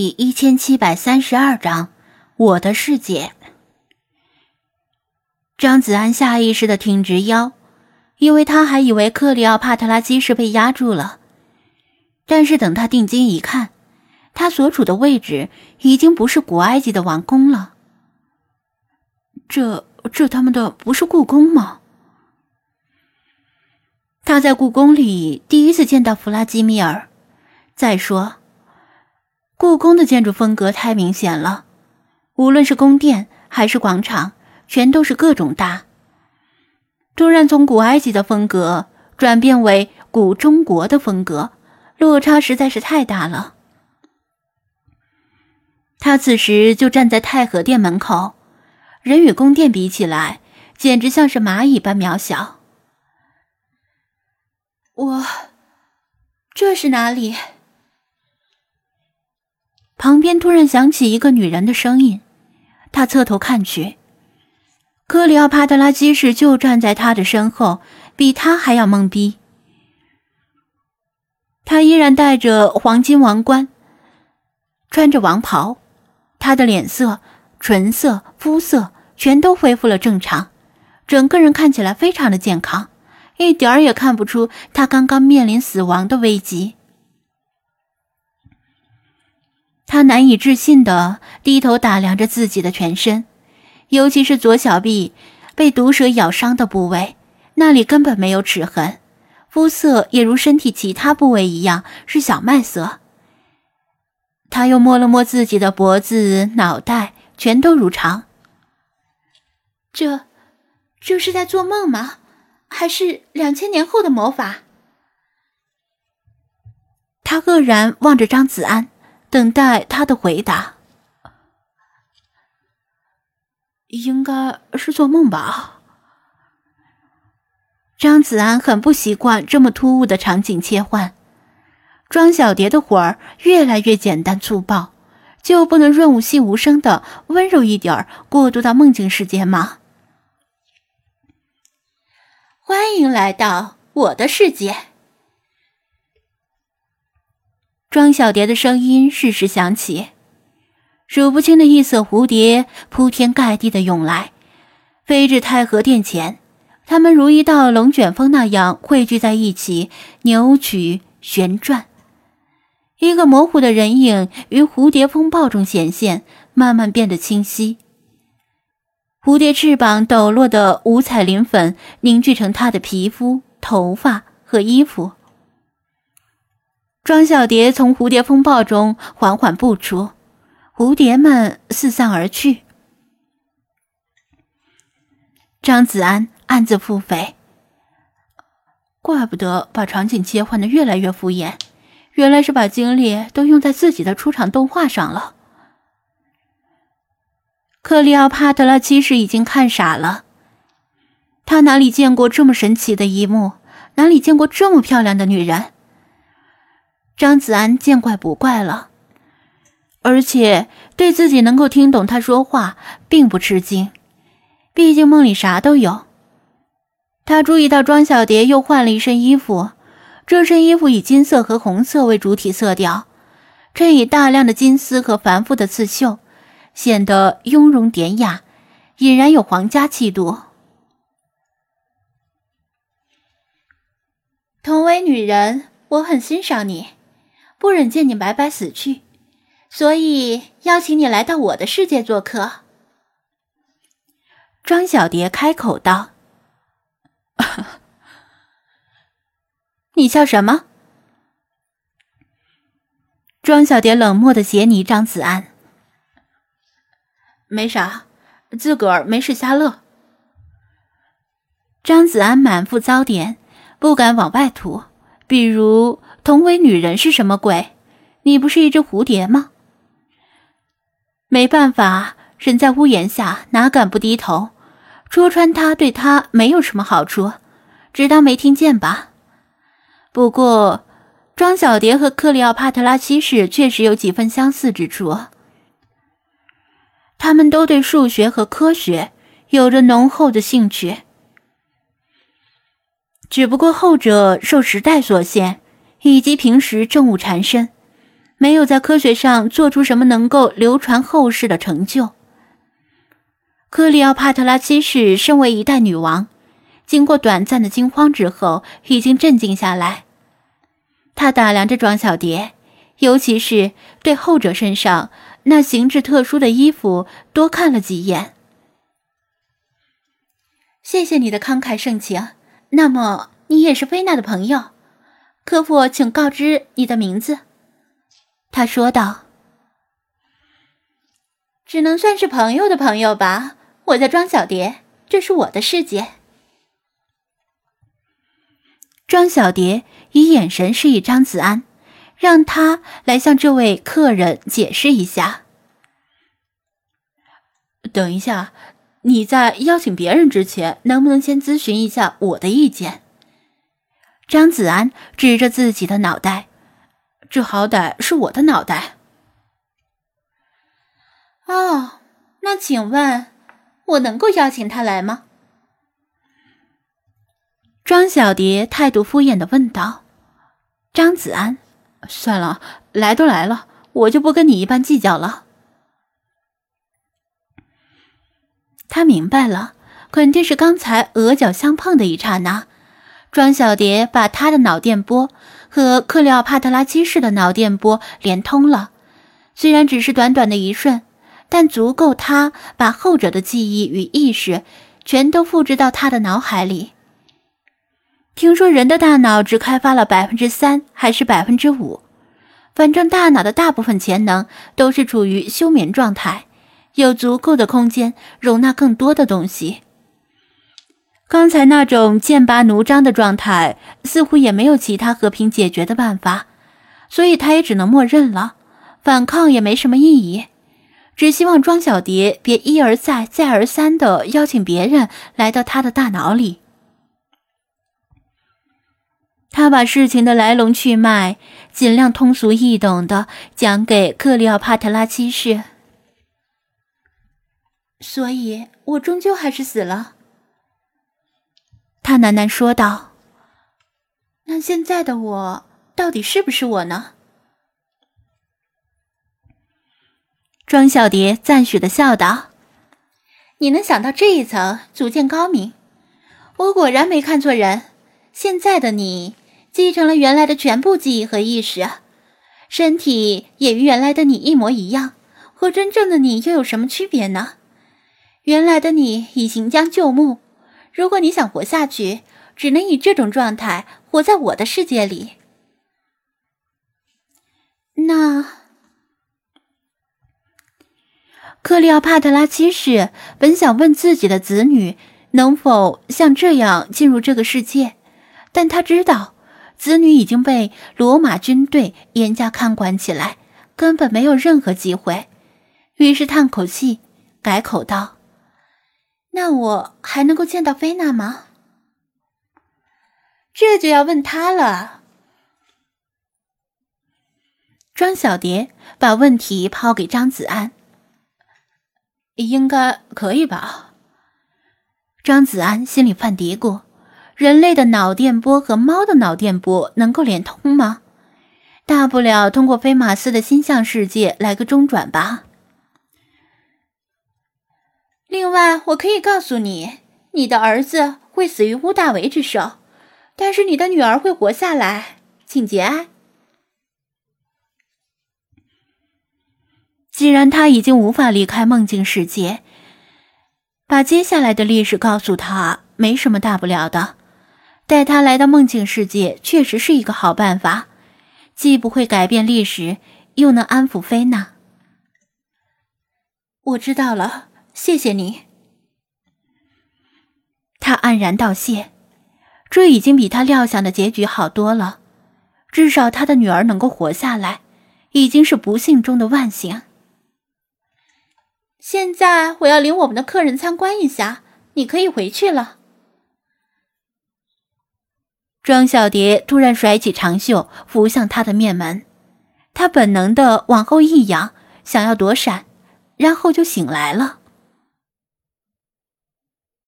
第1732章我的世界。张子安下意识地挺直腰，因为他还以为克里奥帕特拉基是被压住了。但是等他定睛一看，他所处的位置已经不是古埃及的王宫了。这他们的不是故宫吗？他在故宫里第一次见到弗拉基米尔。再说，故宫的建筑风格太明显了，无论是宫殿还是广场，全都是各种大。突然从古埃及的风格转变为古中国的风格，落差实在是太大了。他此时就站在太和殿门口，人与宫殿比起来，简直像是蚂蚁般渺小。这是哪里？旁边突然响起一个女人的声音，他侧头看去，克里奥帕特拉基士就站在他的身后，比他还要懵逼。他依然戴着黄金王冠，穿着王袍，他的脸色、唇色、肤色全都恢复了正常，整个人看起来非常的健康，一点儿也看不出他刚刚面临死亡的危机。他难以置信地低头打量着自己的全身，尤其是左小臂被毒蛇咬伤的部位，那里根本没有齿痕，肤色也如身体其他部位一样是小麦色。他又摸了摸自己的脖子、脑袋，全都如常。这是在做梦吗？还是2000年后的魔法？他愕然望着张子安，等待他的回答。应该是做梦吧。张子安很不习惯这么突兀的场景切换。庄小蝶的活儿越来越简单粗暴，就不能润物细无声的温柔一点，过渡到梦境世界吗？欢迎来到我的世界。庄小蝶的声音适时响起，数不清的异色蝴蝶铺天盖地的涌来，飞至太和殿前，它们如一道龙卷风那样汇聚在一起，扭曲旋转。一个模糊的人影于蝴蝶风暴中显现，慢慢变得清晰。蝴蝶翅膀抖落的五彩鳞粉凝聚成它的皮肤、头发和衣服。庄小蝶从蝴蝶风暴中缓缓步出，蝴蝶们四散而去。张子安暗自腹诽，怪不得把场景切换得越来越敷衍，原来是把精力都用在自己的出场动画上了。克里奥帕特拉其实已经看傻了，他哪里见过这么神奇的一幕，哪里见过这么漂亮的女人。张子安见怪不怪了，而且对自己能够听懂他说话并不吃惊，毕竟梦里啥都有。他注意到庄小蝶又换了一身衣服，这身衣服以金色和红色为主体色调，衬以大量的金丝和繁复的刺绣，显得雍容典雅，俨然有皇家气度。同为女人，我很欣赏你，不忍见你白白死去，所以邀请你来到我的世界做客。庄小蝶开口道。你笑什么？庄小蝶冷漠地斜睨张子安。没啥，自个儿没事瞎乐。张子安满腹糟点，不敢往外吐，比如同为女人是什么鬼？你不是一只蝴蝶吗？没办法，人在屋檐下，哪敢不低头？戳穿他对他没有什么好处，只当没听见吧。不过庄小蝶和克里奥帕特拉七世确实有几分相似之处，他们都对数学和科学有着浓厚的兴趣，只不过后者受时代所限，以及平时政务缠身， 没有在科学上做出什么能够流传后世的成就。克里奥帕特拉七世身为一代女王，经过短暂的惊慌之后，已经镇静下来。她打量着庄小蝶，尤其是对后者身上那形制特殊的衣服多看了几眼。谢谢你的慷慨盛情，那么你也是菲娜的朋友，可否请告知你的名字？他说道。只能算是朋友的朋友吧，我叫庄小蝶，这是我的世界。庄小蝶以眼神示意张子安，让他来向这位客人解释一下。等一下，你在邀请别人之前，能不能先咨询一下我的意见？张子安指着自己的脑袋，这好歹是我的脑袋。哦，那请问我能够邀请他来吗？庄小蝶态度敷衍地问道。张子安，算了，来都来了，我就不跟你一般计较了。他明白了，肯定是刚才额角相碰的一刹那，庄小蝶把他的脑电波和克里奥帕特拉七世的脑电波连通了，虽然只是短短的一瞬，但足够他把后者的记忆与意识全都复制到他的脑海里。听说人的大脑只开发了 3% 还是 5%， 反正大脑的大部分潜能都是处于休眠状态，有足够的空间容纳更多的东西。刚才那种剑拔弩张的状态似乎也没有其他和平解决的办法，所以他也只能默认了，反抗也没什么意义，只希望庄小蝶别一而再再而三地邀请别人来到他的大脑里。他把事情的来龙去脉尽量通俗易懂地讲给克里奥帕特拉七世。所以我终究还是死了，他喃喃说道。那现在的我到底是不是我呢？庄小蝶赞许地笑道。你能想到这一层，足见高明。我果然没看错人，现在的你继承了原来的全部记忆和意识，身体也与原来的你一模一样，和真正的你又有什么区别呢？原来的你已行将就木，如果你想活下去，只能以这种状态活在我的世界里。那克里奥帕特拉七世本想问自己的子女能否像这样进入这个世界，但他知道子女已经被罗马军队严加看管起来，根本没有任何机会，于是叹口气，改口道：那我还能够见到菲娜吗？这就要问他了。庄小蝶把问题抛给张子安。应该可以吧？张子安心里犯嘀咕，人类的脑电波和猫的脑电波能够连通吗？大不了通过菲马斯的心象世界来个中转吧。另外，我可以告诉你，你的儿子会死于乌大维之手，但是你的女儿会活下来，请节哀。既然他已经无法离开梦境世界，把接下来的历史告诉他没什么大不了的，带他来到梦境世界确实是一个好办法，既不会改变历史，又能安抚菲娜。我知道了，谢谢你。他黯然道谢，这已经比他料想的结局好多了，至少他的女儿能够活下来，已经是不幸中的万幸。现在我要领我们的客人参观一下，你可以回去了。庄小蝶突然甩起长袖，拂向他的面门，她本能地往后一仰，想要躲闪，然后就醒来了。